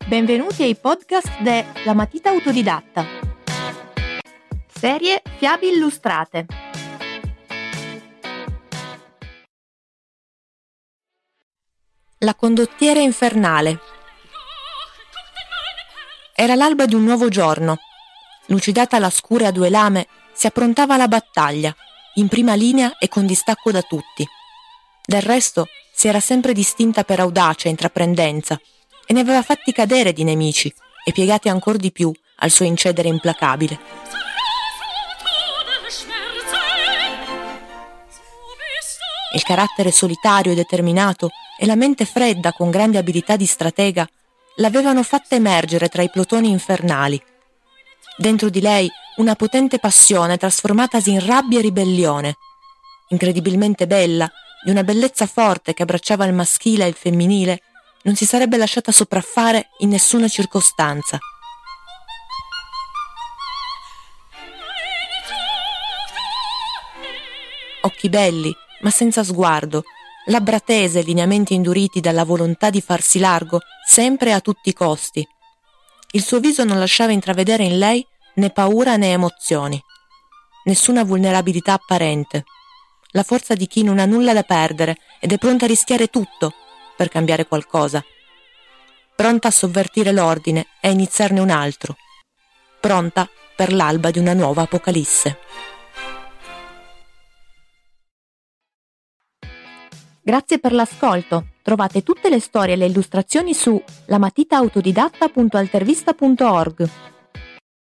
Benvenuti ai podcast de La Matita Autodidatta. Serie Fiabe illustrate. La condottiera infernale. Era l'alba di un nuovo giorno. Lucidata la scura a due lame, si approntava alla battaglia, in prima linea e con distacco da tutti. Del resto si era sempre distinta per audacia e intraprendenza, e ne aveva fatti cadere di nemici e piegati ancor di più al suo incedere implacabile. Il carattere solitario e determinato e la mente fredda con grande abilità di stratega l'avevano fatta emergere tra i plotoni infernali. Dentro di lei una potente passione trasformatasi in rabbia e ribellione, incredibilmente bella, di una bellezza forte che abbracciava il maschile e il femminile, non si sarebbe lasciata sopraffare in nessuna circostanza. Occhi belli, ma senza sguardo, labbra tese e lineamenti induriti dalla volontà di farsi largo sempre e a tutti i costi. Il suo viso non lasciava intravedere in lei né paura né emozioni, nessuna vulnerabilità apparente, la forza di chi non ha nulla da perdere ed è pronta a rischiare tutto per cambiare qualcosa, pronta a sovvertire l'ordine e a iniziarne un altro, pronta per l'alba di una nuova apocalisse. Grazie per l'ascolto. Trovate tutte le storie e le illustrazioni su lamatitaautodidatta.altervista.org.